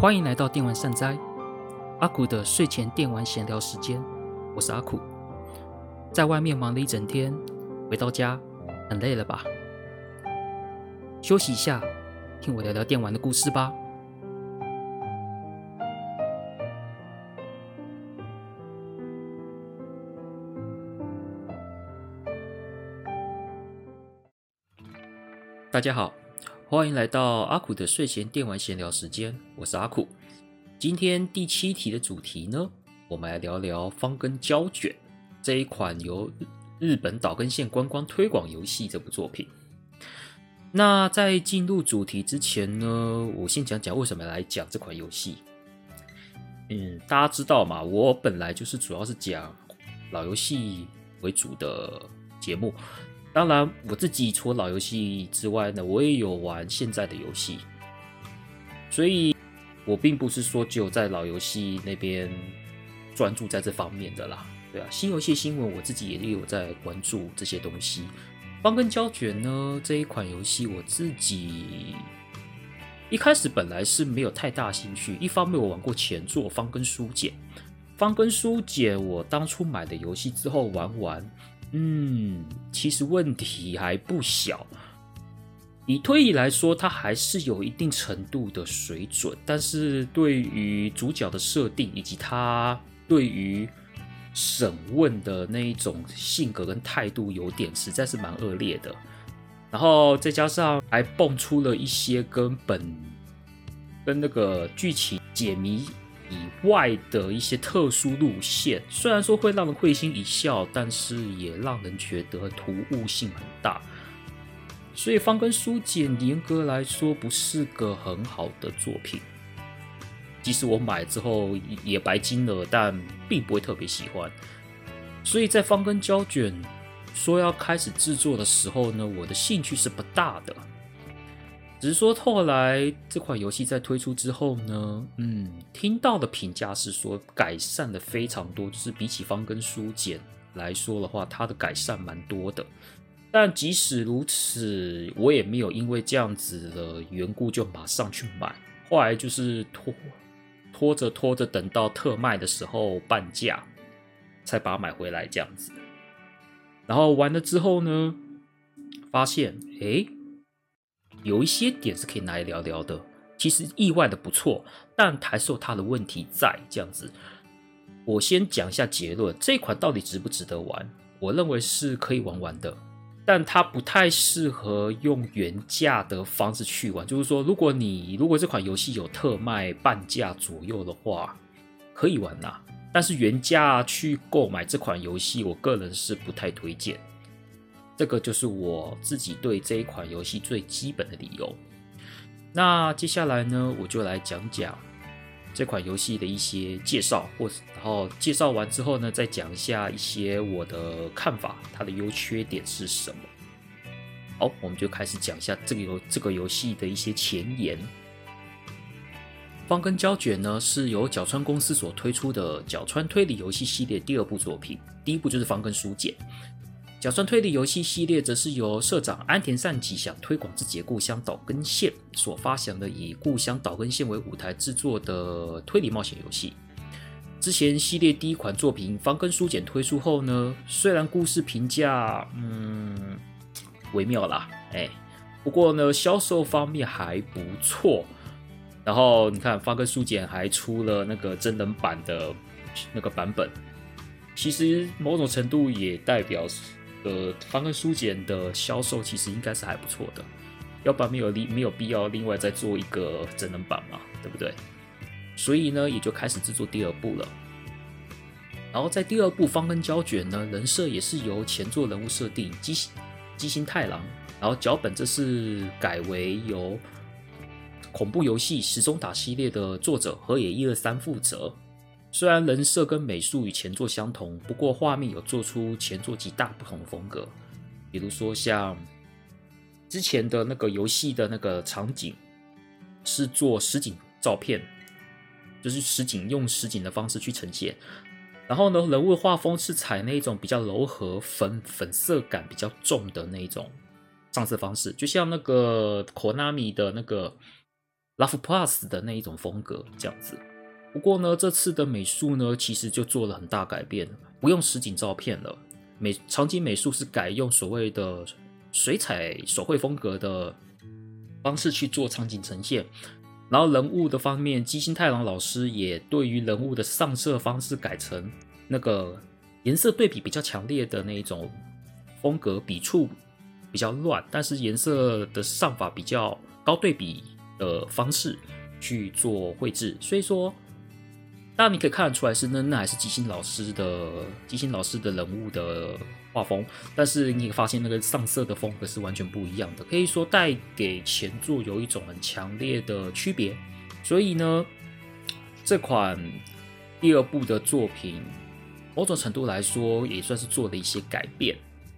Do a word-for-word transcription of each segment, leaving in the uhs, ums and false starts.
欢迎来到电玩善哉，阿苦的睡前电玩闲聊时间。我是阿苦，在外面忙了一整天，回到家很累了吧？休息一下，听我聊聊电玩的故事吧。大家好，欢迎来到阿苦的睡前电玩闲聊时间，我是阿苦。今天第七题的主题呢，我们来聊聊方根胶卷这一款由日本岛根县观光推广游戏这部作品。那在进入主题之前呢，我先讲讲为什么来讲这款游戏。嗯，大家知道嘛，我本来就是主要是讲老游戏为主的节目。当然，我自己除了老游戏之外呢，我也有玩现在的游戏，所以我并不是说只有在老游戏那边专注在这方面的啦。对啊，新游戏新闻我自己也有在关注这些东西。方根胶卷呢这一款游戏，我自己一开始本来是没有太大兴趣，一方面我玩过前作方根书简，方根书简我当初买的游戏之后玩完。嗯，其实问题还不小。以推理来说，它还是有一定程度的水准，但是对于主角的设定以及他对于审问的那一种性格跟态度，有点实在是蛮恶劣的。然后再加上还蹦出了一些跟本跟那个剧情解谜以外的一些特殊路线，虽然说会让人会心一笑，但是也让人觉得突兀性很大。所以方根书简严格来说不是个很好的作品，即使我买之后也白金了，但并不会特别喜欢。所以在方根胶卷说要开始制作的时候呢，我的兴趣是不大的。只是说后来这款游戏在推出之后呢，嗯，听到的评价是说改善了非常多，就是比起方根书简来说的话，它的改善蛮多的。但即使如此，我也没有因为这样子的缘故就马上去买，后来就是拖拖着拖着，等到特卖的时候半价，才把它买回来这样子。然后玩了之后呢，发现诶。有一些点是可以拿来聊聊的，其实意外的不错，但还是有它的问题在这样子。我先讲一下结论，这一款到底值不值得玩？我认为是可以玩玩的，但它不太适合用原价的方式去玩。就是说，如果你如果这款游戏有特卖半价左右的话，可以玩啦。但是原价去购买这款游戏，我个人是不太推荐。这个就是我自己对这一款游戏最基本的理由。那接下来呢，我就来讲讲这款游戏的一些介绍，或然后介绍完之后呢，再讲一下一些我的看法，它的优缺点是什么。好，我们就开始讲一下这个游这个游戏的一些前言。方根胶卷呢是由角川公司所推出的角川推理游戏系列第二部作品，第一部就是方根书简。角川推理游戏系列则是由社长安田善己想推广自己的故乡岛根县所发想的，以故乡岛根县为舞台制作的推理冒险游戏。之前系列第一款作品方根书简推出后呢，虽然故事评价嗯微妙啦，哎，不过呢销售方面还不错。然后你看方根书简还出了那个真人版的那个版本，其实某种程度也代表呃，方根书简的销售其实应该是还不错的，要不然没有没有必要另外再做一个真人版嘛，对不对？所以呢，也就开始制作第二部了。然后在第二部方根胶卷呢，人设也是由前作人物设定基基星太郎，然后脚本这是改为由恐怖游戏时钟打系列的作者河野一二三负责。虽然人设跟美术与前作相同，不过画面有做出前作极大不同的风格。比如说像之前的那个游戏的那个场景是做实景照片，就是实景用实景的方式去呈现。然后呢，人物画风是采那种比较柔和、粉粉色感比较重的那种上色方式，就像那个 Konami 的那个 Love Plus 的那一种风格这样子。不过呢，这次的美术呢，其实就做了很大改变，不用实景照片了，美场景美术是改用所谓的水彩手绘风格的方式去做场景呈现。然后人物的方面，基辛太郎老师也对于人物的上色方式改成那个颜色对比比较强烈的那一种风格，笔触比较乱，但是颜色的上法比较高对比的方式去做绘制。所以说，当然你可以看得出来是那那还是基辛老师的基辛老师的人物的画风，但是你发现那个上色的风格是完全不一样的，可以说带给前作有一种很强烈的区别。所以呢，这款第二部的作品，某种程度来说也算是做了一些改变。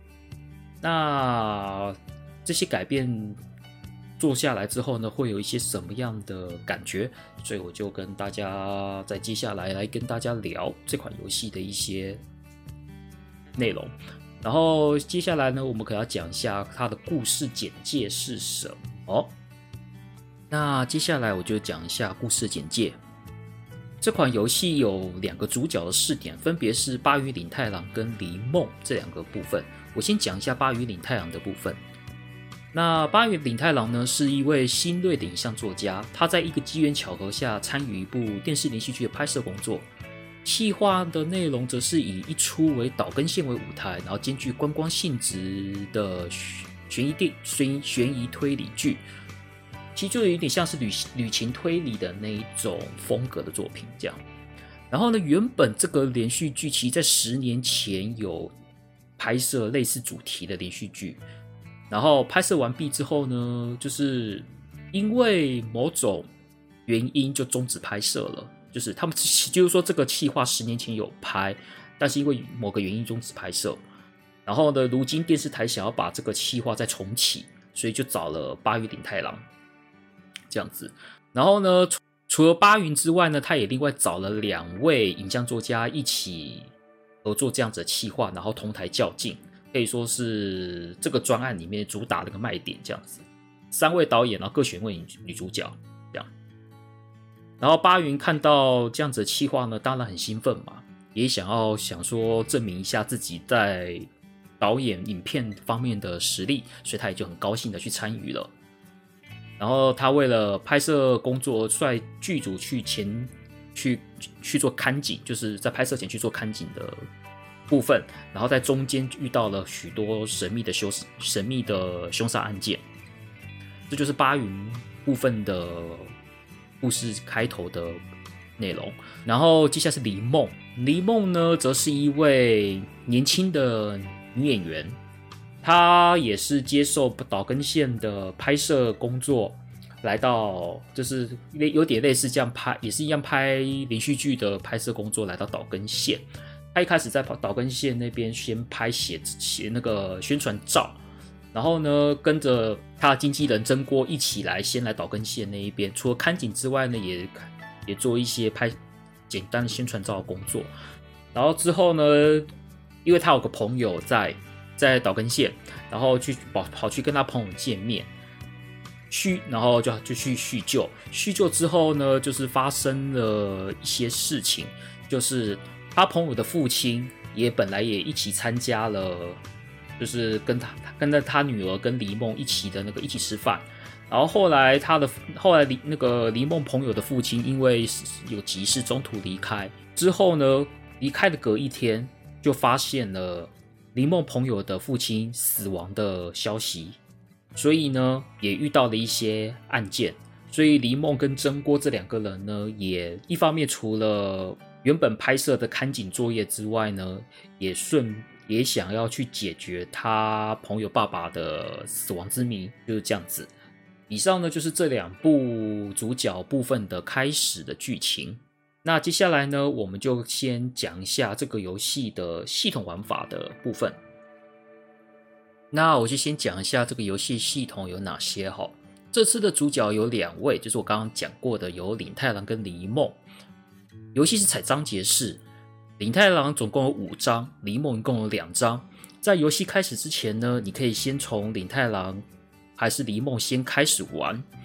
那这些改变做下来之后呢，会有一些什么样的感觉？所以我就跟大家在接下来来跟大家聊这款游戏的一些内容。然后接下来呢，我们可能要讲一下它的故事简介是什么。那接下来我就讲一下故事简介。这款游戏有两个主角的视点，分别是八鱼岭太郎跟梨梦这两个部分。我先讲一下八鱼岭太郎的部分。那八鱼岭太郎呢，是一位新锐的影像作家，他在一个机缘巧合下参与一部电视连续剧的拍摄工作。企划的内容则是以一出为岛根县为舞台，然后兼具观光性质的悬疑电悬悬疑推理剧，其实就有点像是旅旅情推理的那一种风格的作品这样。然后呢，原本这个连续剧其实在十年前有拍摄类似主题的连续剧，然后拍摄完毕之后呢，就是因为某种原因就终止拍摄了。就是他们就是说这个企划十年前有拍，但是因为某个原因终止拍摄。然后呢，如今电视台想要把这个企划再重启，所以就找了八鱼岭太郎这样子。然后呢，除了八云之外呢，他也另外找了两位影像作家一起合作这样子的企划，然后同台较劲，可以说是这个专案里面主打的一个卖点这样子。三位导演，然后各选一位女主角这样。然后八云看到这样子的企划呢，当然很兴奋嘛，也想要想说证明一下自己在导演影片方面的实力，所以他也就很高兴的去参与了。然后他为了拍摄工作，率剧组去前去去做看景，就是在拍摄前去做看景的部分，然后在中间遇到了许多神秘的凶神秘的凶杀案件。这就是八云部分的故事开头的内容。然后接下来是梨梦，梨梦呢，则是一位年轻的女演员，她也是接受岛根县的拍摄工作，来到就是有点类似这样拍，也是一样拍连续剧的拍摄工作，来到岛根县。她一开始在岛根县那边先拍写写那个宣传照。然后呢，跟着他的经纪人真锅一起来，先来岛根县那一边，除了看景之外呢，也也做一些拍简单的宣传照的工作。然后之后呢，因为他有个朋友在在岛根县，然后去跑跑去跟他朋友见面，叙然后就就去叙旧。叙旧之后呢，就是发生了一些事情，就是他朋友的父亲也本来也一起参加了。就是跟他跟着他女儿跟梨梦一起的那个一起吃饭，然后后来他的后来那个梨梦朋友的父亲因为有急事中途离开之后呢，离开的隔一天就发现了梨梦朋友的父亲死亡的消息，所以呢也遇到了一些案件，所以梨梦跟真锅这两个人呢，也一方面除了原本拍摄的看景作业之外呢，也顺。也想要去解决他朋友爸爸的死亡之谜，就是这样子。以上呢就是这两部主角部分的开始的剧情。那接下来呢，我们就先讲一下这个游戏的系统玩法的部分。那我就先讲一下这个游戏系统有哪些哈。这次的主角有两位，就是我刚刚讲过的，有岭太郎跟梨梦。游戏是采章节式。岭太郎总共有五章，梨梦一共有两章。在游戏开始之前呢，你可以先从岭太郎还是梨梦先开始玩。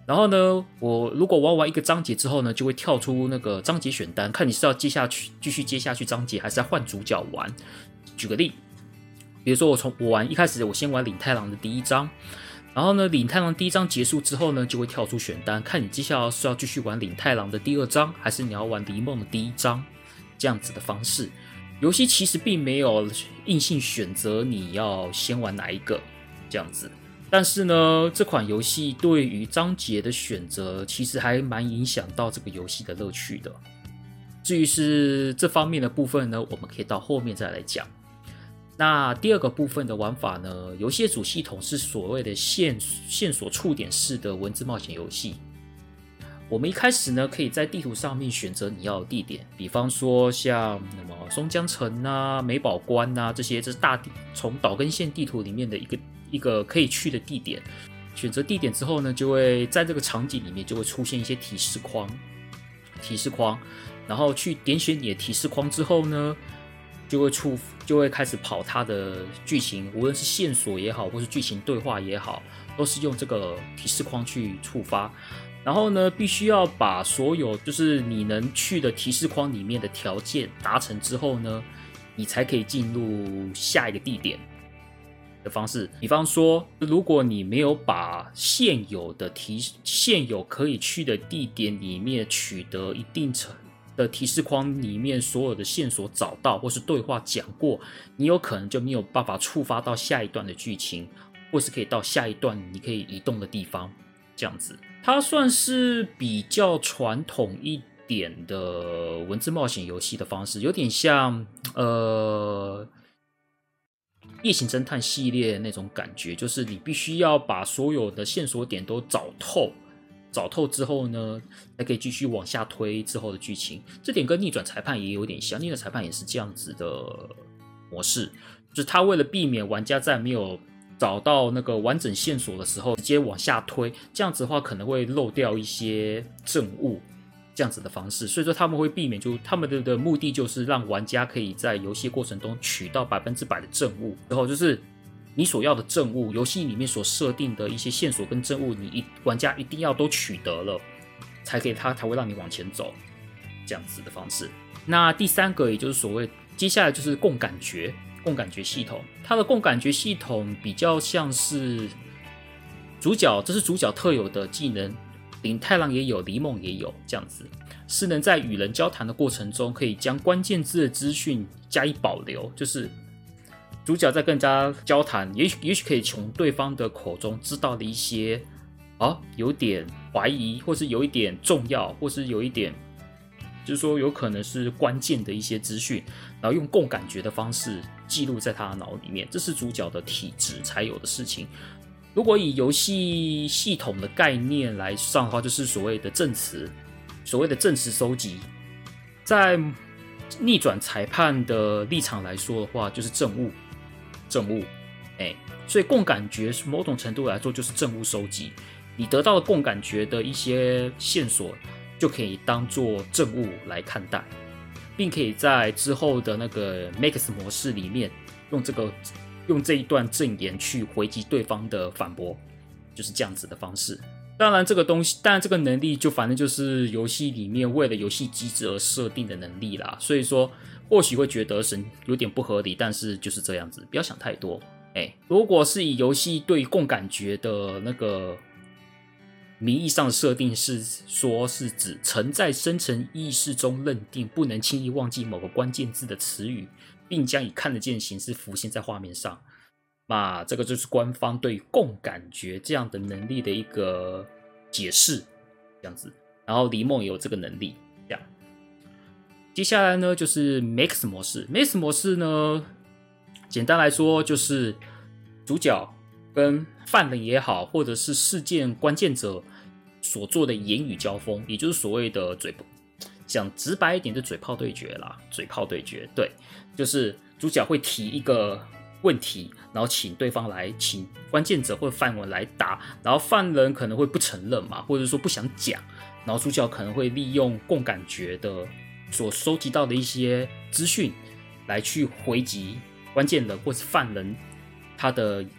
然后呢，我如果玩完一个章节之后呢，就会跳出那个章节选单，看你是要接下去继续接下去章节，还是要换主角玩。举个例，比如说我从我玩一开始，我先玩领太郎的第一章，然后呢，领太郎第一章结束之后呢，就会跳出选单，看你接下来是要继续玩领太郎的第二章，还是你要玩狸梦的第一章，这样子的方式。游戏其实并没有硬性选择你要先玩哪一个这样子。但是呢，这款游戏对于章节的选择其实还蛮影响到这个游戏的乐趣的。至于是这方面的部分呢，我们可以到后面再来讲。那第二个部分的玩法呢，游戏主系统是所谓的线线索触点式的文字冒险游戏。我们一开始呢，可以在地图上面选择你要的地点，比方说像什么松江城啊、美宝关啊这些，这是大地从岛根县地图里面的一个一个可以去的地点。选择地点之后呢，就会在这个场景里面就会出现一些提示框，提示框，然后去点选你的提示框之后呢，就会触就会开始跑它的剧情，无论是线索也好，或是剧情对话也好，都是用这个提示框去触发。然后呢，必须要把所有就是你能去的提示框里面的条件达成之后呢，你才可以进入下一个地点的方式。比方说，如果你没有把现有的提现有可以去的地点里面取得一定程的提示框里面所有的线索找到，或是对话讲过，你有可能就没有办法触发到下一段的剧情，或是可以到下一段你可以移动的地方，这样子。它算是比较传统一点的文字冒险游戏的方式，有点像呃夜行侦探系列那种感觉，就是你必须要把所有的线索点都找透，找透之后呢，才可以继续往下推之后的剧情。这点跟逆转裁判也有点像，逆转裁判也是这样子的模式，就是他为了避免玩家在没有找到那个完整线索的时候直接往下推，这样子的话可能会漏掉一些证物，这样子的方式。所以说他们会避免，就他们 的, 的目的就是让玩家可以在游戏过程中取到百分之百的证物，然后就是你所要的证物，游戏里面所设定的一些线索跟证物，你一玩家一定要都取得了，才可以它才会让你往前走，这样子的方式。那第三个，也就是所谓接下来就是共感觉。共感觉系统，它的共感觉系统比较像是主角，这是主角特有的技能，领太郎也有，狸梦也有，这样子是能在与人交谈的过程中，可以将关键字的资讯加以保留，就是主角在跟人家交谈，也许也许可以从对方的口中知道的一些啊有点怀疑，或是有一点重要，或是有一点就是说有可能是关键的一些资讯，然后用共感觉的方式记录在他的脑里面，这是主角的体质才有的事情。如果以游戏系统的概念来上的话，就是所谓的证词，所谓的证词收集。在逆转裁判的立场来说的话，就是证物，证物，哎，所以共感觉某种程度来说就是证物收集。你得到的共感觉的一些线索，就可以当作证物来看待。并可以在之后的那个 Max 模式里面用这个用这一段证言去回击对方的反驳，就是这样子的方式。当然这个东西，当然这个能力就反正就是游戏里面为了游戏机制而设定的能力啦，所以说或许会觉得神有点不合理，但是就是这样子，不要想太多。哎，如果是以游戏对共感觉的那个名义上的设定是说，是指曾在深层意识中认定不能轻易忘记某个关键字的词语，并将以看得见的形式浮现在画面上。那这个就是官方对于共感觉这样的能力的一个解释，这样子。然后狸梦也有这个能力，这样。接下来呢，就是 Max 模式。Max 模式呢，简单来说就是主角跟犯人也好，或者是事件关键者所做的言语交锋，也就是所谓的嘴，讲直白一点就嘴炮对决啦，嘴炮对决，对，就是主角会提一个问题，然后请对方来，请关键者或犯人来答，然后犯人可能会不承认嘛，或者说不想讲，然后主角可能会利用共感觉的所收集到的一些资讯来去回击关键人或是犯人他的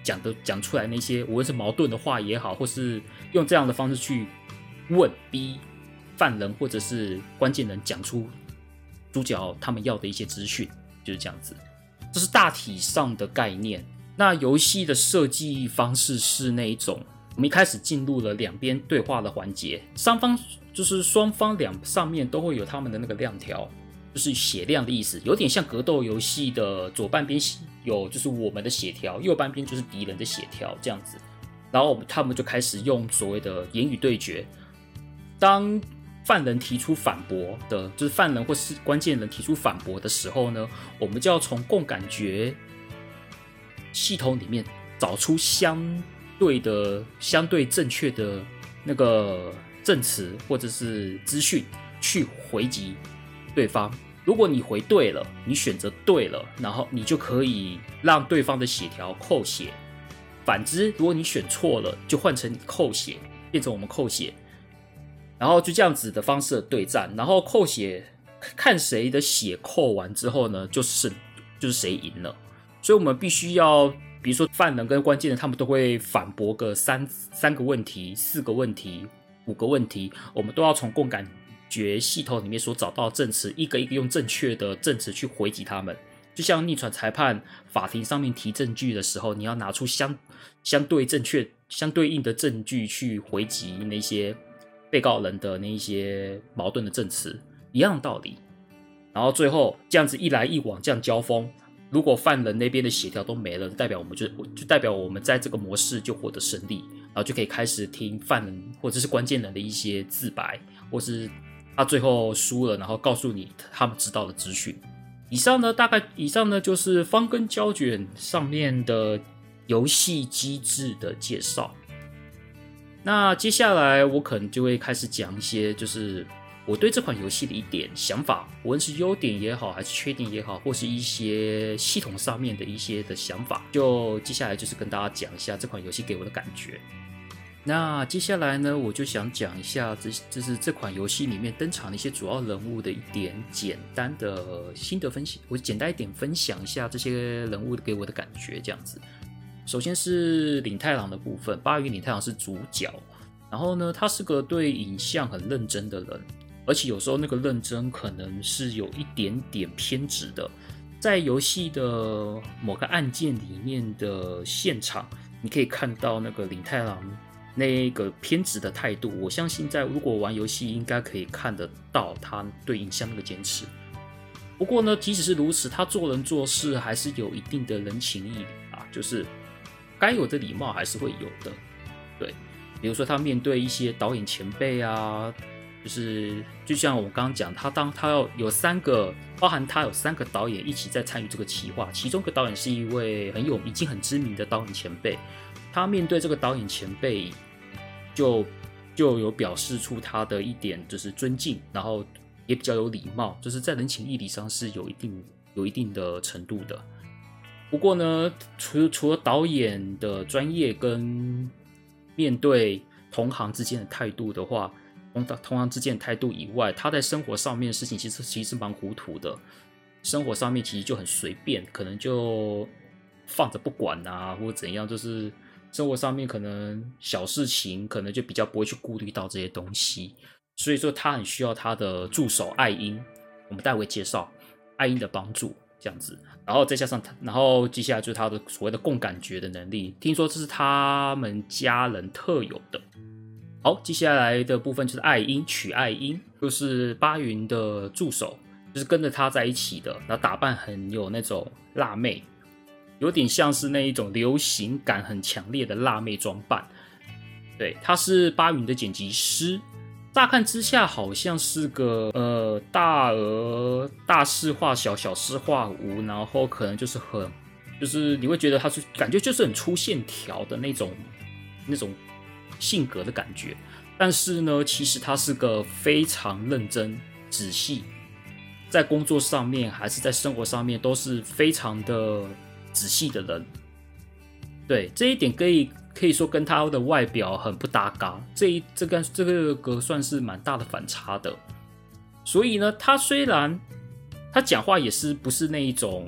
讲的讲出来那些无论是矛盾的话也好，或是用这样的方式去问逼犯人或者是关键人讲出主角他们要的一些资讯，就是这样子。这是大体上的概念。那游戏的设计方式是那一种，我们一开始进入了两边对话的环节，双方就是双方两上面都会有他们的那个亮条，就是血量的意思，有点像格斗游戏的左半边有就是我们的血条，右半边就是敌人的血条这样子。然后他们就开始用所谓的言语对决，当犯人提出反驳的，就是犯人或是关键人提出反驳的时候呢，我们就要从共感觉系统里面找出相对的、相对正确的那个证词或者是资讯，去回击对方。如果你回对了，你选择对了，然后你就可以让对方的血条扣血。反之，如果你选错了，就换成你扣血，变成我们扣血。然后就这样子的方式的对战，然后扣血，看谁的血扣完之后呢，就是就是谁赢了。所以我们必须要，比如说犯人跟关键人，他们都会反驳个三三个问题、四个问题、五个问题，我们都要从共感觉系统里面所找到的证词，一个一个用正确的证词去回击他们。就像逆传裁判法庭上面提证据的时候，你要拿出相相对正确、相对应的证据去回击那些被告人的那一些矛盾的证词，一样的道理。然后最后这样子一来一往这样交锋，如果犯人那边的血条都没了，代表我们就就代表我们在这个模式就获得胜利，然后就可以开始听犯人或者是关键人的一些自白，或是他最后输了，然后告诉你他们知道的资讯。以上呢，大概以上呢就是方根胶卷上面的游戏机制的介绍。那接下来我可能就会开始讲一些，就是我对这款游戏的一点想法，无论是优点也好，还是缺点也好，或是一些系统上面的一些的想法，就接下来就是跟大家讲一下这款游戏给我的感觉。那接下来呢，我就想讲一下这就是这款游戏里面登场的一些主要人物的一点简单的心得分析，我简单一点分享一下这些人物给我的感觉，这样子。首先是领太郎的部分，八云领太郎是主角，然后呢，他是个对影像很认真的人，而且有时候那个认真可能是有一点点偏执的。在游戏的某个案件里面的现场，你可以看到那个领太郎那个偏执的态度，我相信在如果玩游戏应该可以看得到他对影像那个坚持。不过呢，即使是如此，他做人做事还是有一定的人情义理啊，就是该有的礼貌还是会有的。对，比如说他面对一些导演前辈啊，就是就像我刚刚讲，他当他要有三个，包含他有三个导演一起在参与这个企划，其中一个导演是一位很有已经很知名的导演前辈，他面对这个导演前辈就就有表示出他的一点就是尊敬，然后也比较有礼貌，就是在人情义理上是有一定有一定的程度的。不过呢，除除了导演的专业跟面对同行之间的态度的话，同同行之间的态度以外，他在生活上面的事情其实其实蛮糊涂的。生活上面其实就很随便，可能就放着不管啊，或者怎样，就是生活上面可能小事情可能就比较不会去顾虑到这些东西。所以说他很需要他的助手爱英，我们待会介绍爱英的帮助这样子。然后再加上他，然后接下来就是他的所谓的共感觉的能力，听说这是他们家人特有的。好，接下来的部分就是爱英，曲爱英就是八云的助手，就是跟着他在一起的，然后打扮很有那种辣妹，有点像是那一种流行感很强烈的辣妹装扮。对，他是八云的剪辑师。乍看之下好像是个呃大而大事化小，小事化无，然后可能就是很就是你会觉得他是感觉就是很粗线条的那种那种性格的感觉，但是呢，其实他是个非常认真仔细，在工作上面还是在生活上面都是非常的仔细的人。对，这一点可以可以说跟他的外表很不搭嘎，这一这个这个个算是蛮大的反差的。所以呢，他虽然他讲话也是不是那一种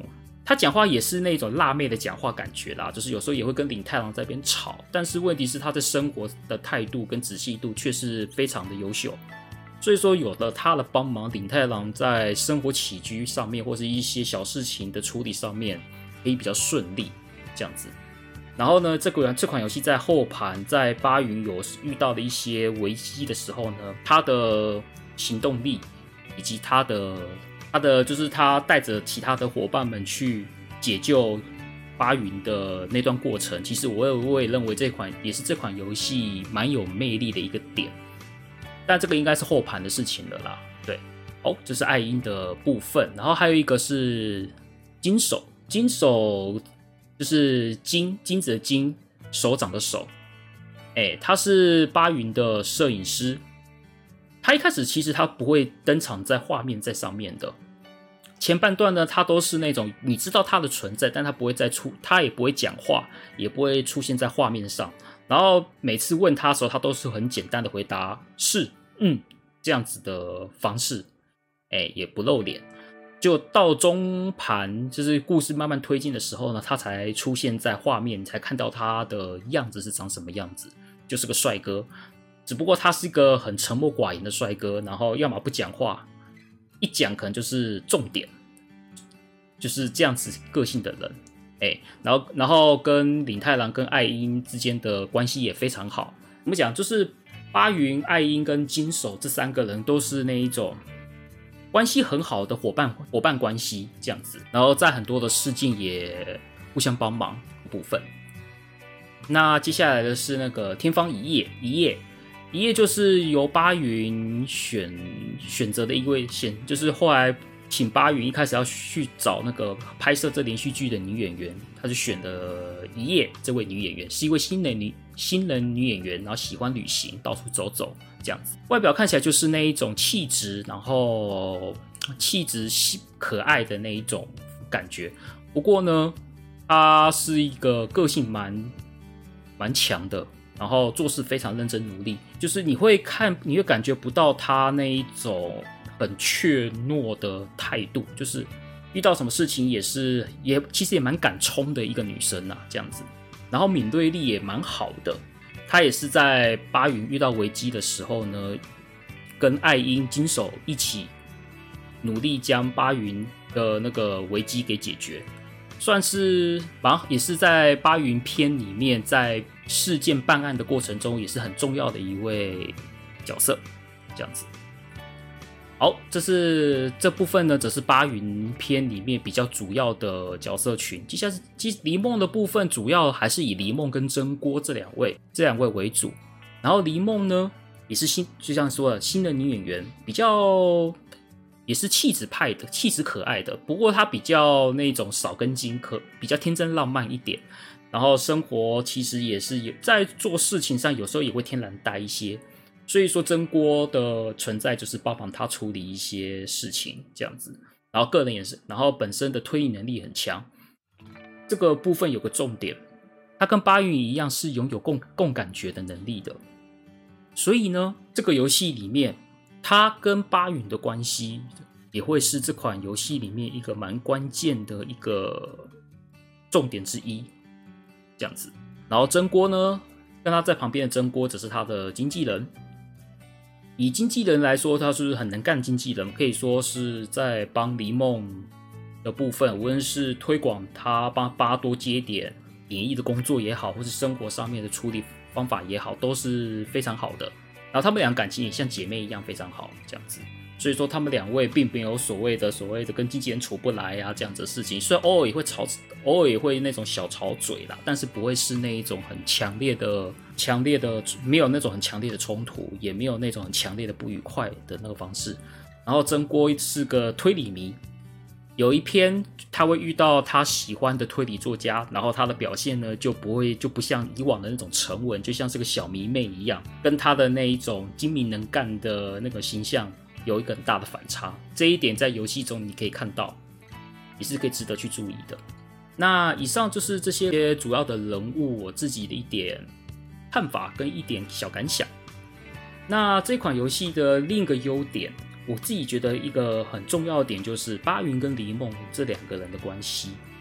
他讲话也是那种辣妹的讲话感觉啦，就是有时候也会跟领太郎在那边吵，但是问题是他的生活的态度跟仔细度却是非常的优秀。所以说有了他的帮忙，领太郎在生活起居上面或是一些小事情的处理上面可以比较顺利这样子。然后呢，这个这款游戏在后盘在八云有遇到的一些危机的时候呢，他的行动力以及他的他的就是他带着其他的伙伴们去解救八云的那段过程，其实我也我也认为这款也是这款游戏蛮有魅力的一个点。但这个应该是后盘的事情了啦。对，好，这是爱音的部分，然后还有一个是金手，金手就是金金子的金，手掌的手。哎，他是八云的摄影师。他一开始其实他不会登场在画面在上面的，前半段呢，他都是那种你知道他的存在，但他不会再出，他也不会讲话，也不会出现在画面上。然后每次问他的时候，他都是很简单的回答是嗯这样子的方式，哎，也不露脸。就到中盘，就是故事慢慢推进的时候呢，他才出现在画面，才看到他的样子是长什么样子，就是个帅哥。只不过他是一个很沉默寡言的帅哥，然后要么不讲话，一讲可能就是重点，就是这样子个性的人。欸、然后然后跟领太郎跟爱音之间的关系也非常好。怎么讲？就是八云、爱音跟金手这三个人都是那一种关系很好的伙伴伙伴关系这样子。然后在很多的事件也互相帮忙的部分。那接下来的是那个天方一夜，一夜一夜就是由八云选选择的一位选，就是后来。请八云一开始要去找那个拍摄这连续剧的女演员，他就选了一夜这位女演员，是一位新人女新人女演员，然后喜欢旅行，到处走走这样子。外表看起来就是那一种气质，然后气质可爱的那一种感觉。不过呢，她是一个个性蛮蛮强的，然后做事非常认真努力，就是你会看，你会感觉不到她那一种。很怯懦的态度，就是遇到什么事情也是也其实也蛮敢冲的一个女生啊，这样子。然后敏锐力也蛮好的，她也是在八云遇到危机的时候呢，跟爱音、金手一起努力将八云的那个危机给解决，算是也是在八云篇里面在事件办案的过程中也是很重要的一位角色，这样子。好，这是这部分呢，则是八云篇里面比较主要的角色群。接下来是黎梦的部分，主要还是以黎梦跟真锅这两位这两位为主。然后黎梦呢，也是新，就像说了，新的女演员，比较也是气质派的，气质可爱的。不过她比较那种少根筋，可比较天真浪漫一点。然后生活其实也是有在做事情上，有时候也会天然呆一些。所以说真锅的存在就是帮忙他处理一些事情这样子，然后个人也是，然后本身的推理能力很强。这个部分有个重点，他跟八云一样是拥有共共感觉的能力的，所以呢，这个游戏里面他跟八云的关系也会是这款游戏里面一个蛮关键的一个重点之一，这样子。然后真锅呢，跟他在旁边的真锅则是他的经纪人。以经纪人来说，他是很能干的经纪人，可以说是在帮黎梦的部分，无论是推广他帮巴多接点演艺的工作也好，或是生活上面的处理方法也好，都是非常好的。然后他们俩感情也像姐妹一样非常好，这样子。所以说他们两位并没有所谓的所谓的跟经纪人处不来啊这样子的事情，虽然偶尔也会吵，偶尔也会那种小吵嘴啦，但是不会是那一种很强烈的、强烈的，没有那种很强烈的冲突，也没有那种很强烈的不愉快的那个方式。然后真锅是个推理迷，有一篇他会遇到他喜欢的推理作家，然后他的表现呢就不会就不像以往的那种沉稳，就像是个小迷妹一样，跟他的那一种精明能干的那个形象有一个很大的反差，这一点在游戏中你可以看到，也是可以值得去注意的。那以上就是这些主要的人物我自己的一点看法跟一点小感想。那这款游戏的另一个优点，我自己觉得一个很重要的点就是八云跟黎梦这两个人的关系。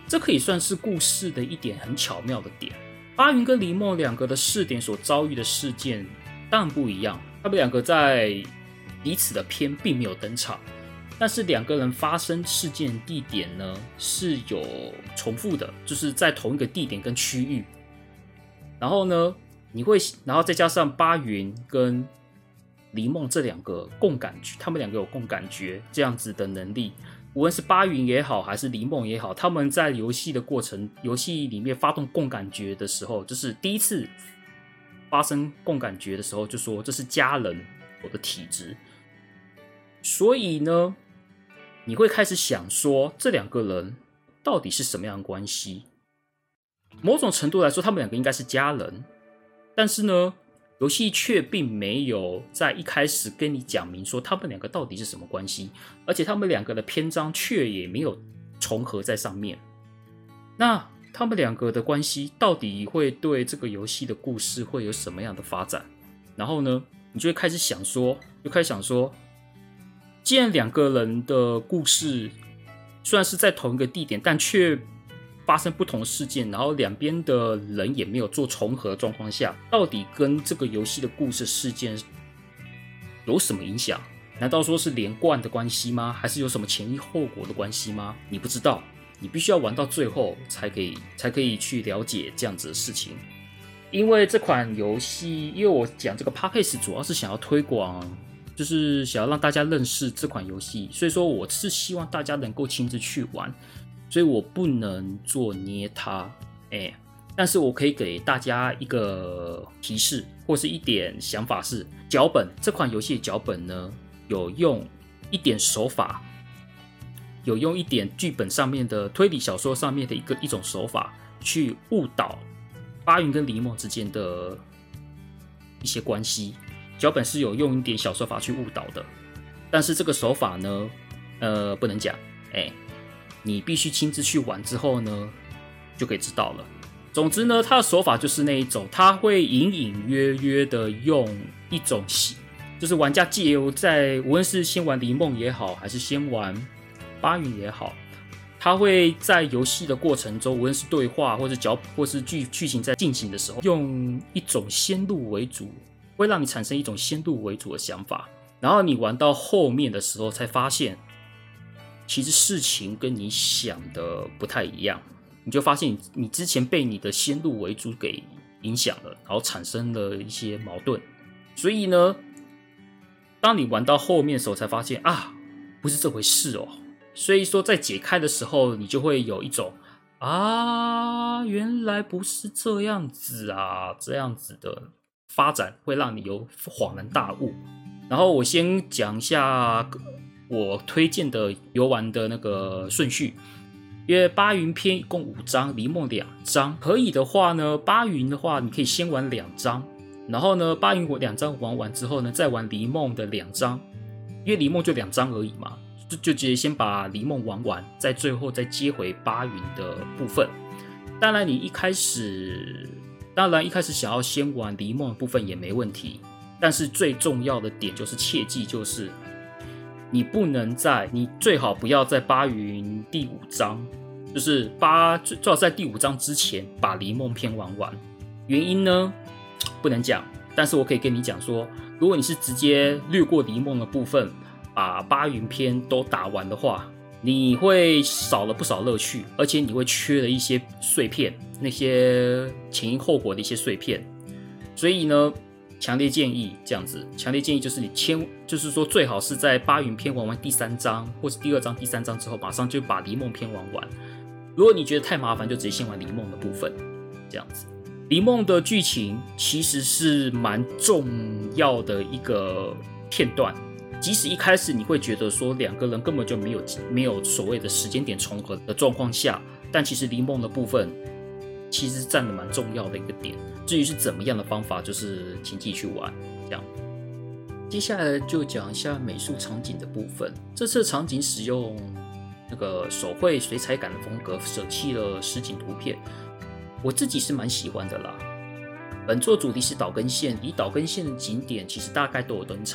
这可以算是故事的一点很巧妙的点。巴云跟黎梦两个的视点所遭遇的事件当然不一样，他们两个在彼此的篇并没有登场，但是两个人发生事件的地点呢是有重复的，就是在同一个地点跟区域。然后呢，你会，然后再加上巴云跟黎梦这两个共感觉，他们两个有共感觉这样子的能力。无论是巴云也好，还是黎梦也好，他们在游戏的过程，游戏里面发动共感觉的时候，就是第一次发生共感觉的时候，就说这是家人我的体质。所以呢，你会开始想说，这两个人到底是什么样的关系？某种程度来说，他们两个应该是家人，但是呢，游戏却并没有在一开始跟你讲明说他们两个到底是什么关系，而且他们两个的篇章却也没有重合在上面。那他们两个的关系到底会对这个游戏的故事会有什么样的发展？然后呢，你就会开始想说，就开始想说，既然两个人的故事虽然是在同一个地点，但却发生不同的事件，然后两边的人也没有做重合的状况下，到底跟这个游戏的故事事件有什么影响？难道说是连贯的关系吗？还是有什么前因后果的关系吗？你不知道，你必须要玩到最后才可以才可以去了解这样子的事情。因为这款游戏，因为我讲这个 Podcast 主要是想要推广，就是想要让大家认识这款游戏，所以说我是希望大家能够亲自去玩，所以我不能做捏它，哎，但是我可以给大家一个提示或是一点想法是，脚本这款游戏的脚本呢，有用一点手法，有用一点剧本上面的推理小说上面的一个一种手法去误导巴云跟黎梦之间的一些关系。脚本是有用一点小手法去误导的，但是这个手法呢，呃，不能讲，哎，你必须亲自去玩之后呢，就可以知道了。总之呢，他的手法就是那一种，他会隐隐约约的用一种，就是玩家借由在无论是先玩黎梦也好，还是先玩巴云也好，他会在游戏的过程中，无论是对话或是脚或是剧剧情在进行的时候，用一种先入为主，会让你产生一种先入为主的想法，然后你玩到后面的时候才发现，其实事情跟你想的不太一样，你就发现 你, 你之前被你的先入为主给影响了，然后产生了一些矛盾。所以呢，当你玩到后面的时候才发现啊，不是这回事哦。所以说在解开的时候，你就会有一种啊，原来不是这样子啊，这样子的发展会让你有恍然大悟。然后我先讲一下我推荐的游玩的那个顺序，因为巴云篇一共五章，黎梦两章。可以的话呢，巴云的话你可以先玩两章，然后呢，巴云我两章玩完之后呢，再玩黎梦的两章，因为黎梦就两章而已嘛，就就直接先把黎梦玩完，在最后再接回巴云的部分。当然，你一开始，当然一开始想要先玩黎梦的部分也没问题，但是最重要的点就是切记，就是你不能在，你最好不要在巴云第五章，就是八最好在第五章之前把黎梦篇玩完。原因呢，不能讲，但是我可以跟你讲说，如果你是直接略过黎梦的部分，把巴云篇都打完的话，你会少了不少乐趣，而且你会缺了一些碎片，那些前因后果的一些碎片。所以呢，强烈建议这样子，强烈建议就是你千，就是说最好是在巴云篇玩完第三章，或是第二章、第三章之后，马上就把黎梦篇玩完。如果你觉得太麻烦，就直接先玩黎梦的部分，这样子。黎梦的剧情其实是蛮重要的一个片段，即使一开始你会觉得说两个人根本就没有没有所谓的时间点重合的状况下，但其实黎梦的部分其实占了蛮重要的一个点。至于是怎么样的方法，就是请自己去玩。这样，接下来就讲一下美术场景的部分。这次场景使用那个手绘水彩感的风格，舍弃了实景图片，我自己是蛮喜欢的啦。本作主题是岛根县，以岛根县的景点其实大概都有登场。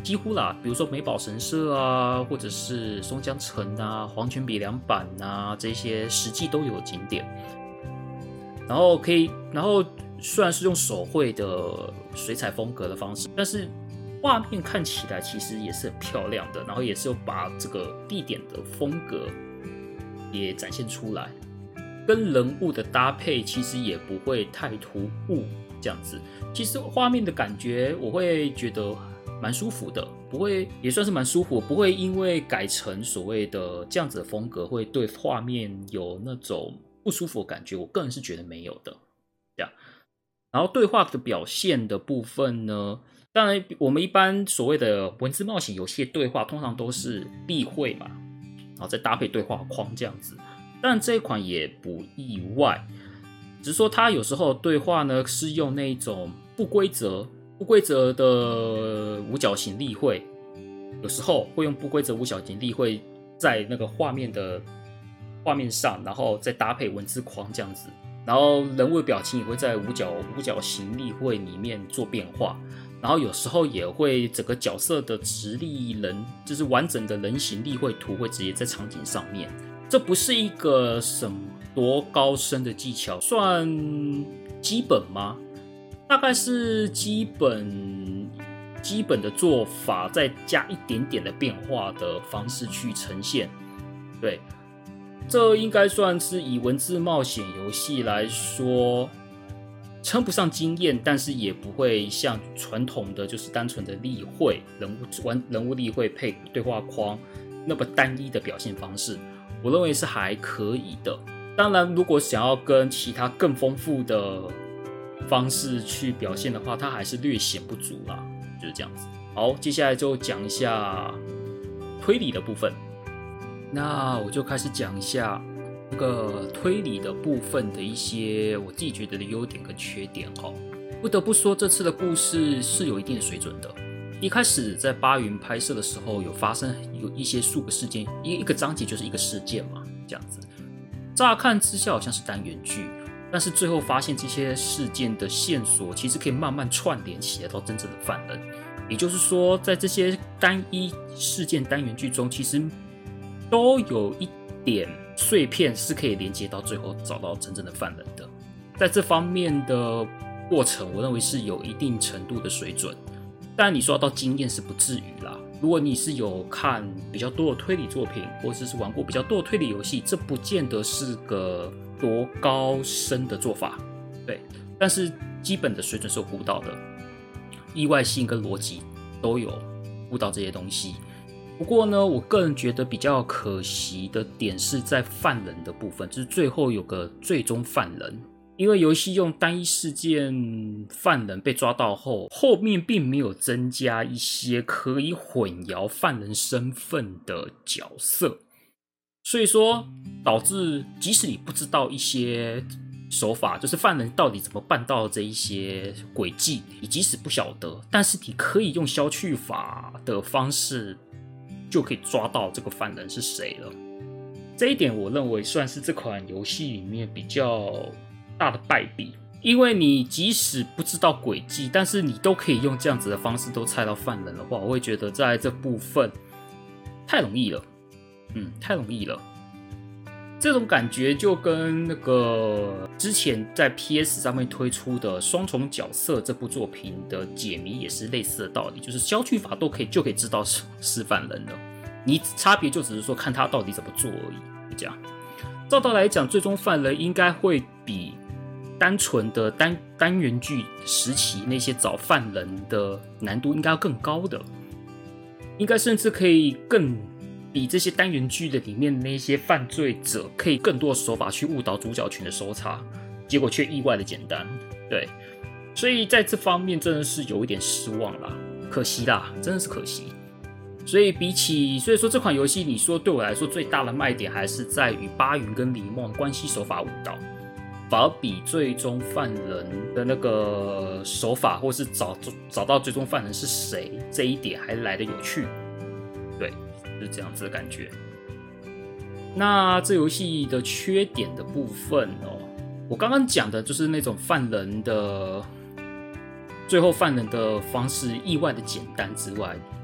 几乎啦，比如说美宝神社啊，或者是松江城啊、黄泉比良坂啊，这些实际都有景点。然后可以，然后虽然是用手绘的水彩风格的方式，但是画面看起来其实也是很漂亮的，然后也是有把这个地点的风格也展现出来，跟人物的搭配其实也不会太突兀，这样子，其实画面的感觉我会觉得蛮舒服的，不会也算是蛮舒服，不会因为改成所谓的这样子的风格，会对画面有那种不舒服的感觉，我个人是觉得没有的。这样，然后对话的表现的部分呢，当然我们一般所谓的文字冒险游戏的对话，通常都是例会嘛，然后再搭配对话框这样子。当然这一款也不意外，只是说它有时候对话呢是用那种不规则、不规则的五角形例会，有时候会用不规则五角形例会在那个画面的画面上，然后再搭配文字框这样子，然后人物的表情也会在五角五角形例会里面做变化，然后有时候也会整个角色的直立人，就是完整的人形例会图会直接在场景上面。这不是一个什么多高深的技巧，算基本吗？大概是基本基本的做法，再加一点点的变化的方式去呈现。对，这应该算是以文字冒险游戏来说，称不上惊艳，但是也不会像传统的就是单纯的例会人物人物例会配对话框那么单一的表现方式。我认为是还可以的。当然，如果想要跟其他更丰富的方式去表现的话，它还是略显不足啦，就是这样子。好，接下来就讲一下推理的部分。那我就开始讲一下那个推理的部分的一些我自己觉得的优点跟缺点哦。不得不说，这次的故事是有一定的水准的。一开始在巴云拍摄的时候，有发生有一些数个事件，一个章节就是一个事件嘛，这样子。乍看之下好像是单元剧，但是最后发现这些事件的线索其实可以慢慢串联起来到真正的犯人。也就是说，在这些单一事件单元剧中，其实都有一点碎片是可以连接到最后找到真正的犯人的。在这方面的过程，我认为是有一定程度的水准。但你说到经验是不至于啦。如果你是有看比较多的推理作品，或者是玩过比较多的推理游戏，这不见得是个多高深的做法，对。但是基本的水准是有顾到的，意外性跟逻辑都有顾到这些东西。不过呢，我个人觉得比较可惜的点是在犯人的部分，就是最后有个最终犯人。因为游戏用单一事件犯人被抓到后，后面并没有增加一些可以混淆犯人身份的角色，所以说导致即使你不知道一些手法，就是犯人到底怎么办到这一些轨迹，你即使不晓得，但是你可以用消去法的方式就可以抓到这个犯人是谁了。这一点我认为算是这款游戏里面比较大的败笔，因为你即使不知道轨迹，但是你都可以用这样子的方式都猜到犯人的话，我会觉得在这部分太容易了，嗯，太容易了。这种感觉就跟那个之前在 P S 上面推出的双重角色这部作品的解谜也是类似的道理，就是消去法都可以就可以知道是是犯人了，你差别就只是说看他到底怎么做而已，就这样。照道来讲，最终犯人应该会比单纯的 单, 单元剧时期那些找犯人的难度应该要更高的，应该甚至可以更比这些单元剧的里面那些犯罪者可以更多的手法去误导主角群的搜查，结果却意外的简单。对，所以在这方面真的是有一点失望啦，可惜啦，真的是可惜。所以比起，所以说这款游戏，你说对我来说最大的卖点还是在于巴云跟李梦关系手法误导，反而比最终犯人的那个手法，或是 找, 找到最终犯人是谁这一点还来得有趣。对，就是这样子的感觉。那这游戏的缺点的部分哦，我刚刚讲的就是那种犯人的最后犯人的方式意外的简单之外，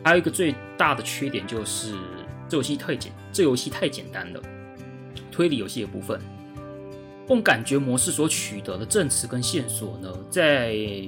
还有一个最大的缺点就是这游戏太简，这游戏太简单了。推理游戏的部分，共感觉模式所取得的证词跟线索呢，在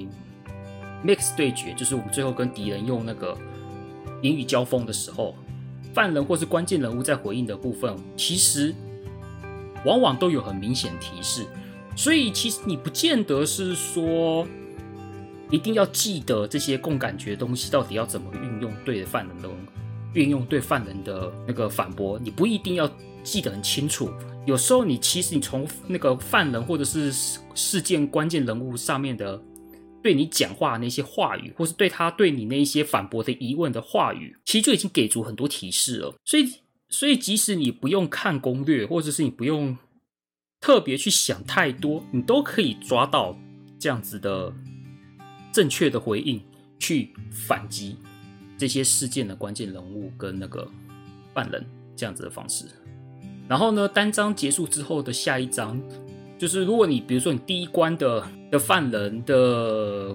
Max 对决，就是我们最后跟敌人用那个言语交锋的时候，犯人或是关键人物在回应的部分，其实往往都有很明显提示，所以其实你不见得是说一定要记得这些共感觉的东西到底要怎么运用对犯人的运用对犯人的那个反驳，你不一定要记得很清楚。有时候你其实你从那个犯人或者是事件关键人物上面的对你讲话的那些话语，或是对他对你那一些反驳的疑问的话语，其实就已经给足很多提示了。所以，所以即使你不用看攻略，或者是你不用特别去想太多，你都可以抓到这样子的正确的回应，去反击这些事件的关键人物跟那个犯人这样子的方式。然后呢，单章结束之后的下一章，就是如果你比如说你第一关的的犯人的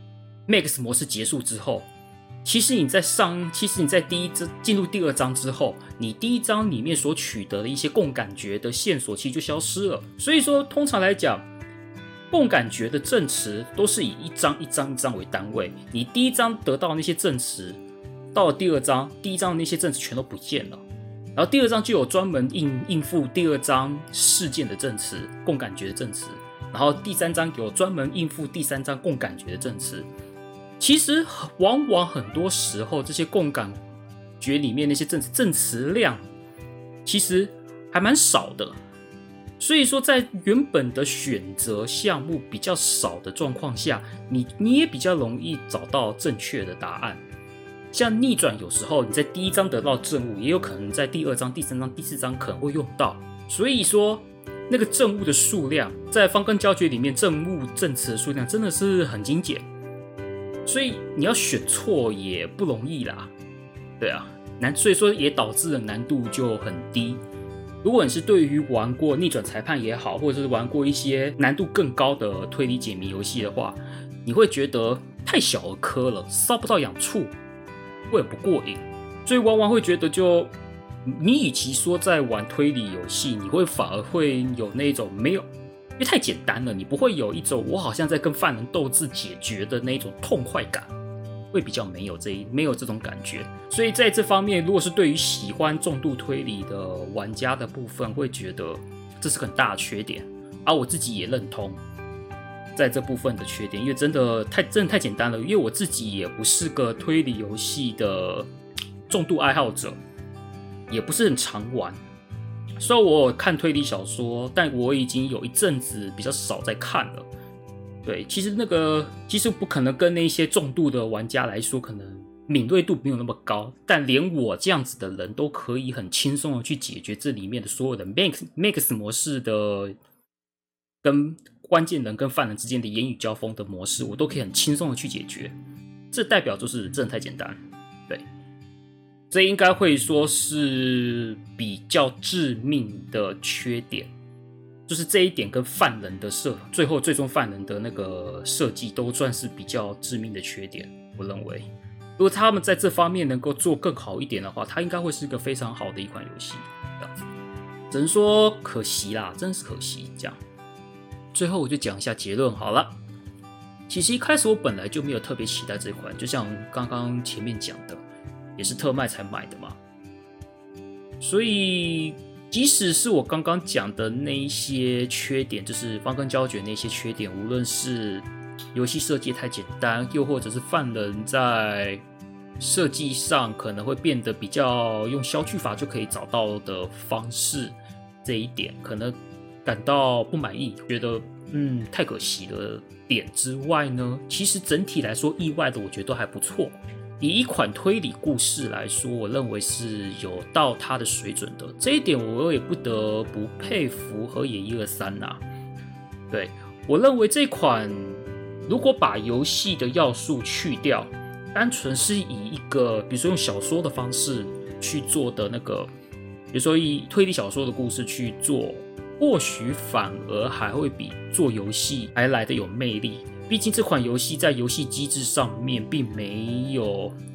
Max 模式结束之后，其实你在上，其实你在第一进入第二章之后，你第一章里面所取得的一些共感觉的线索，其实就消失了。所以说，通常来讲，共感觉的证词都是以一章一章一章为单位。你第一章得到那些证词，到了第二章，第一章的那些证词全都不见了。然后第二章就有专门 应, 应付第二章事件的证词，共感觉的证词。然后第三章有专门应付第三章共感觉的证词。其实往往很多时候，这些共感觉里面那些证词证词量其实还蛮少的。所以说，在原本的选择项目比较少的状况下，你你也比较容易找到正确的答案。像逆转，有时候你在第一章得到证物，也有可能在第二章、第三章、第四章可能会用到。所以说，那个证物的数量，在方根胶诀里面，证物证词的数量真的是很精简，所以你要选错也不容易啦。对啊，难，所以说也导致了难度就很低。如果你是对于玩过逆转裁判也好，或者是玩过一些难度更高的推理解谜游戏的话，你会觉得太小儿科了，搔不到痒处，会很不过瘾，所以往往会觉得就，你与其说在玩推理游戏，你会反而会有那种没有，因为太简单了，你不会有一种我好像在跟犯人斗智解决的那种痛快感，会比较没有这没有这种感觉。所以在这方面，如果是对于喜欢重度推理的玩家的部分，会觉得这是个很大的缺点，而我自己也认同。在这部分的缺点，因为真的太真的太简单了。因为我自己也不是个推理游戏的重度爱好者，也不是很常玩。虽然我有看推理小说，但我已经有一阵子比较少在看了。对，其实那个其实不可能跟那些重度的玩家来说，可能敏锐度没有那么高，但连我这样子的人都可以很轻松的去解决这里面的所有的 Max Max 模式的跟关键人跟犯人之间的言语交锋的模式，我都可以很轻松的去解决。这代表就是真的太简单，对，这应该会说是比较致命的缺点，就是这一点跟犯人的设，最后最终犯人的那个设计都算是比较致命的缺点。我认为，如果他们在这方面能够做更好一点的话，它应该会是一个非常好的一款游戏。这样子，只能说可惜啦，真是可惜。这样。最后我就讲一下结论好了。其实一开始我本来就没有特别期待这款，就像刚刚前面讲的，也是特卖才买的嘛。所以即使是我刚刚讲的那一些缺点，就是方根胶卷那些缺点，无论是游戏设计太简单，又或者是犯人在设计上可能会变得比较用消去法就可以找到的方式，这一点可能感到不满意，觉得嗯太可惜的点之外呢，其实整体来说意外的我觉得都还不错。以一款推理故事来说，我认为是有到它的水准的，这一点我也不得不佩服河野一二三啊。对，我认为这款如果把游戏的要素去掉，单纯是以一个比如说用小说的方式去做的那个，比如说以推理小说的故事去做，或许反而还会比做游戏还来得有魅力。毕竟这款游戏在游戏机制上面并没有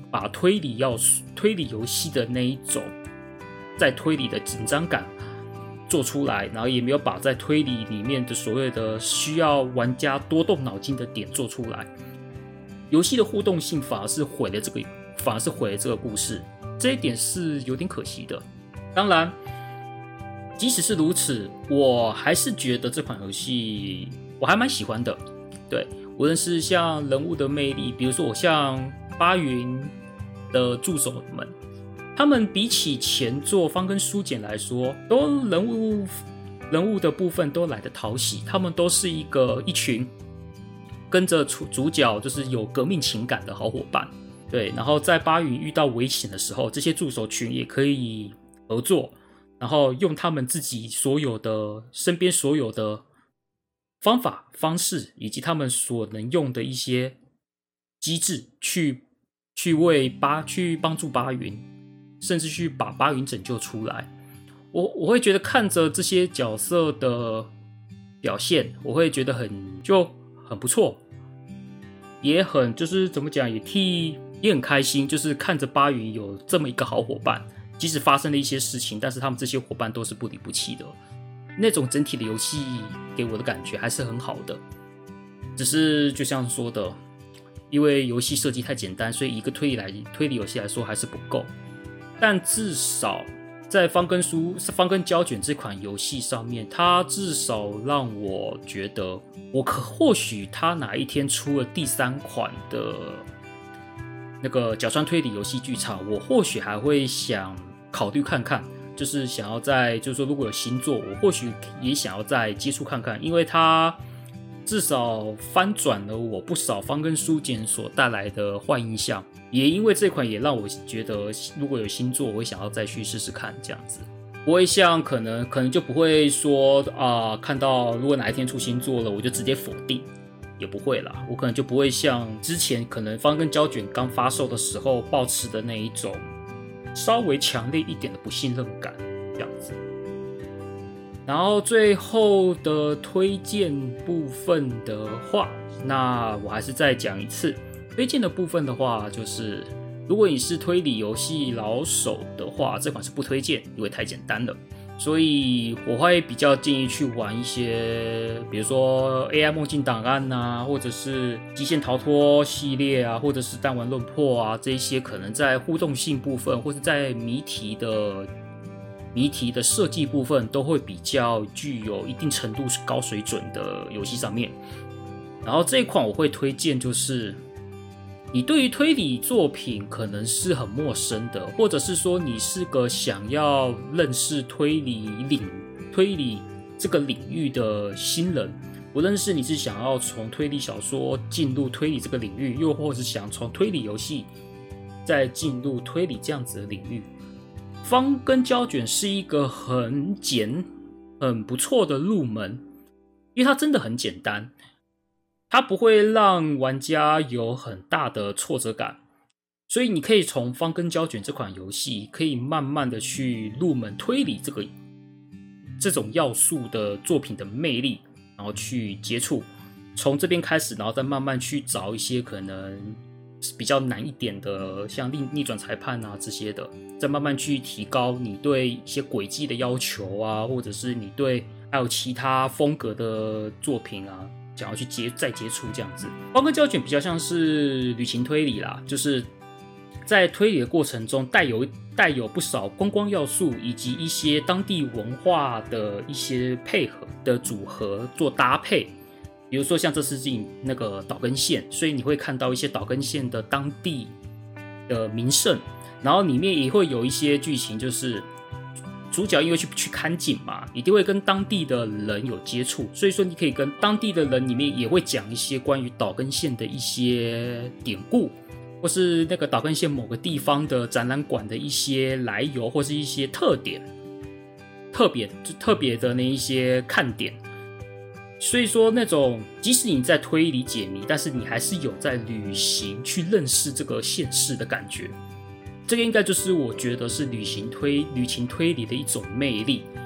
把推理要素、推理游戏的那一种在推理的紧张感做出来，然后也没有把在推理里面的所谓的需要玩家多动脑筋的点做出来。游戏的互动性反而是毁了这个，反而是毁了这个故事，这一点是有点可惜的。当然，即使是如此，我还是觉得这款游戏我还蛮喜欢的。对，无论是像人物的魅力，比如说我像巴云的助手们，他们比起前作方根书简来说，都人物人物的部分都来得讨喜，他们都是一个一群跟着主角就是有革命情感的好伙伴。对，然后在巴云遇到危险的时候，这些助手群也可以合作，然后用他们自己所有的身边所有的方法方式，以及他们所能用的一些机制去去为巴去帮助巴云，甚至去把巴云拯救出来。我我会觉得看着这些角色的表现，我会觉得很就很不错，也很就是怎么讲，也替也很开心，就是看着巴云有这么一个好伙伴，即使发生了一些事情，但是他们这些伙伴都是不离不弃的。那种整体的游戏给我的感觉还是很好的，只是就像说的，因为游戏设计太简单，所以一个推理来推理游戏来说还是不够。但至少在方根书方根胶卷这款游戏上面，它至少让我觉得，我可或许它哪一天出了第三款的那个角川推理游戏剧场，我或许还会想考虑看看。就是想要在，就是说如果有新作，我或许也想要再接触看看，因为它至少翻转了我不少方根书简所带来的坏印象，也因为这款也让我觉得，如果有新作，我会想要再去试试看这样子。不会像可能可能就不会说啊、呃，看到如果哪一天出新作了，我就直接否定，也不会啦。我可能就不会像之前可能方根胶卷刚发售的时候抱持的那一种。稍微强烈一点的不信任感这样子。然后最后的推荐部分的话，那我还是再讲一次，推荐的部分的话，就是如果你是推理游戏老手的话，这款是不推荐，因为太简单了。所以我会比较建议去玩一些，比如说 A I 梦境档案啊，或者是极限逃脱系列啊，或者是弹丸论破啊，这一些可能在互动性部分，或是在谜题的谜题的设计部分，都会比较具有一定程度是高水准的游戏上面。然后这一款我会推荐，就是你对于推理作品可能是很陌生的，或者是说你是个想要认识推理领推理这个领域的新人，无论是你是想要从推理小说进入推理这个领域，又或是想从推理游戏再进入推理这样子的领域，方根胶卷是一个很简很不错的入门，因为它真的很简单。它不会让玩家有很大的挫折感，所以你可以从方根胶卷这款游戏，可以慢慢的去入门推理这个这种要素的作品的魅力，然后去接触，从这边开始，然后再慢慢去找一些可能比较难一点的，像逆转裁判啊这些的，再慢慢去提高你对一些轨迹的要求啊，或者是你对还有其他风格的作品啊。想要去接再接触这样子，方根胶卷比较像是旅行推理啦，就是在推理的过程中带有带有不少观光要素，以及一些当地文化的一些配合的组合做搭配。比如说像这次进那个岛根县，所以你会看到一些岛根县的当地的名胜，然后里面也会有一些剧情，就是主角因为去去看景嘛，一定会跟当地的人有接触，所以说你可以跟当地的人里面也会讲一些关于岛根县的一些典故，或是那个岛根县某个地方的展览馆的一些来由，或是一些特点、特别特别的那一些看点。所以说，那种即使你在推理解谜，但是你还是有在旅行去认识这个县市的感觉。这个应该就是我觉得是旅行推旅行推理的一种魅力。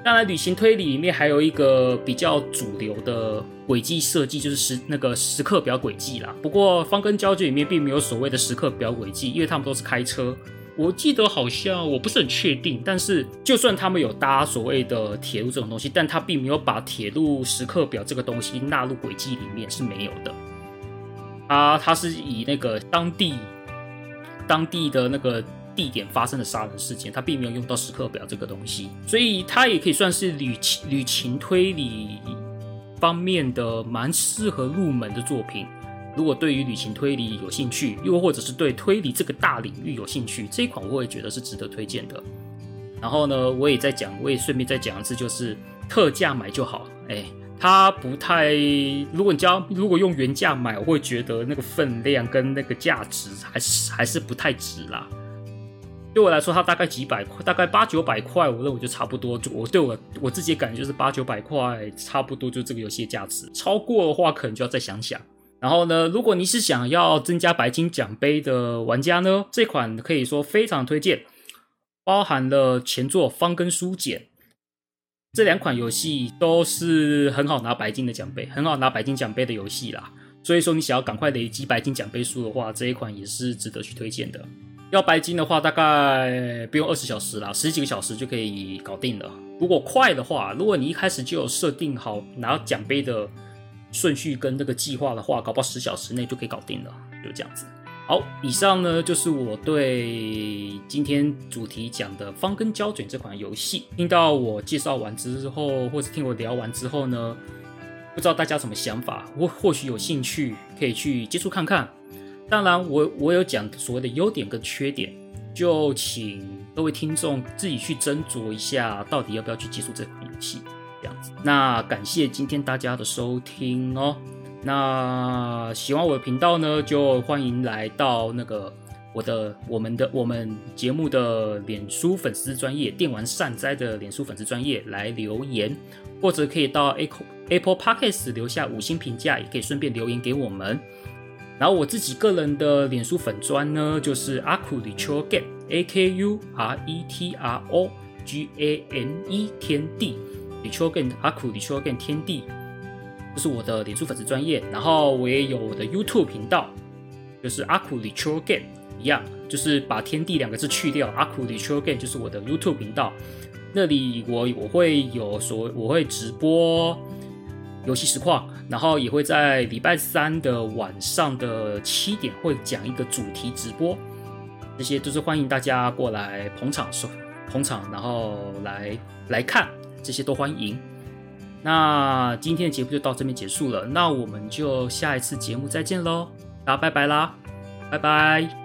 当然，旅行推理里面还有一个比较主流的轨迹设计，就是时那个时刻表轨迹啦。不过，方跟胶卷里面并没有所谓的时刻表轨迹，因为他们都是开车。我记得好像我不是很确定，但是就算他们有搭所谓的铁路这种东西，但他并没有把铁路时刻表这个东西纳入轨迹里面，是没有的。啊，它是以那个当地当地的那个地点发生的杀人事件，它并没有用到时刻表这个东西，所以它也可以算是旅情旅情推理方面的蛮适合入门的作品。如果对于旅情推理有兴趣，又或者是对推理这个大领域有兴趣，这一款我也觉得是值得推荐的。然后呢，我也在讲，我也顺便再讲一次，就是特价买就好。哎，它不太，如果你交，如果用原价买，我会觉得那个分量跟那个价值还是还是不太值啦。对我来说，它大概几百块，大概八九百块，我认为就差不多。就我对我我自己的感觉就是八九百块，差不多就这个游戏的价值。超过的话，可能就要再想想。然后呢，如果你是想要增加白金奖杯的玩家呢，这款可以说非常推荐，包含了前作《方根书简》，这两款游戏都是很好拿白金的奖杯，很好拿白金奖杯的游戏啦。所以说，你想要赶快累积白金奖杯数的话，这一款也是值得去推荐的。要白金的话，大概不用二十小时啦，十几个小时就可以搞定了。如果快的话，如果你一开始就有设定好拿奖杯的顺序跟那个计划的话，搞不好十小时内就可以搞定了，就这样子。好，以上呢就是我对今天主题讲的《方根胶卷》这款游戏。听到我介绍完之后，或是听我聊完之后呢，不知道大家有什么想法，或或许有兴趣可以去接触看看。当然我，我有讲所谓的优点跟缺点，就请各位听众自己去斟酌一下，到底要不要去接触这款游戏。这样子，那感谢今天大家的收听哦。那喜欢我的频道呢，就欢迎来到那个我的我们的我们节目的脸书粉丝专页电玩善哉的脸书粉丝专页来留言，或者可以到 Apple Apple Podcast 留下五星评价，也可以顺便留言给我们。然后我自己个人的脸书粉专呢，就是阿库里秋 game A K U R E T R O G A M E 天地。李秋 game 阿库李秋 game 天地，这是我的脸书粉丝专页。然后我也有我的 YouTube 频道，就是阿库李秋 game 一样，就是把天地两个字去掉，阿库李秋 game 就是我的 YouTube 频道。那里我我会有所我会直播游戏实况，然后也会在礼拜三的晚上的七点会讲一个主题直播，这些都是欢迎大家过来捧场捧场，然后来来看。这些都欢迎。那今天的节目就到这边结束了，那我们就下一次节目再见咯，大家拜拜啦，拜拜。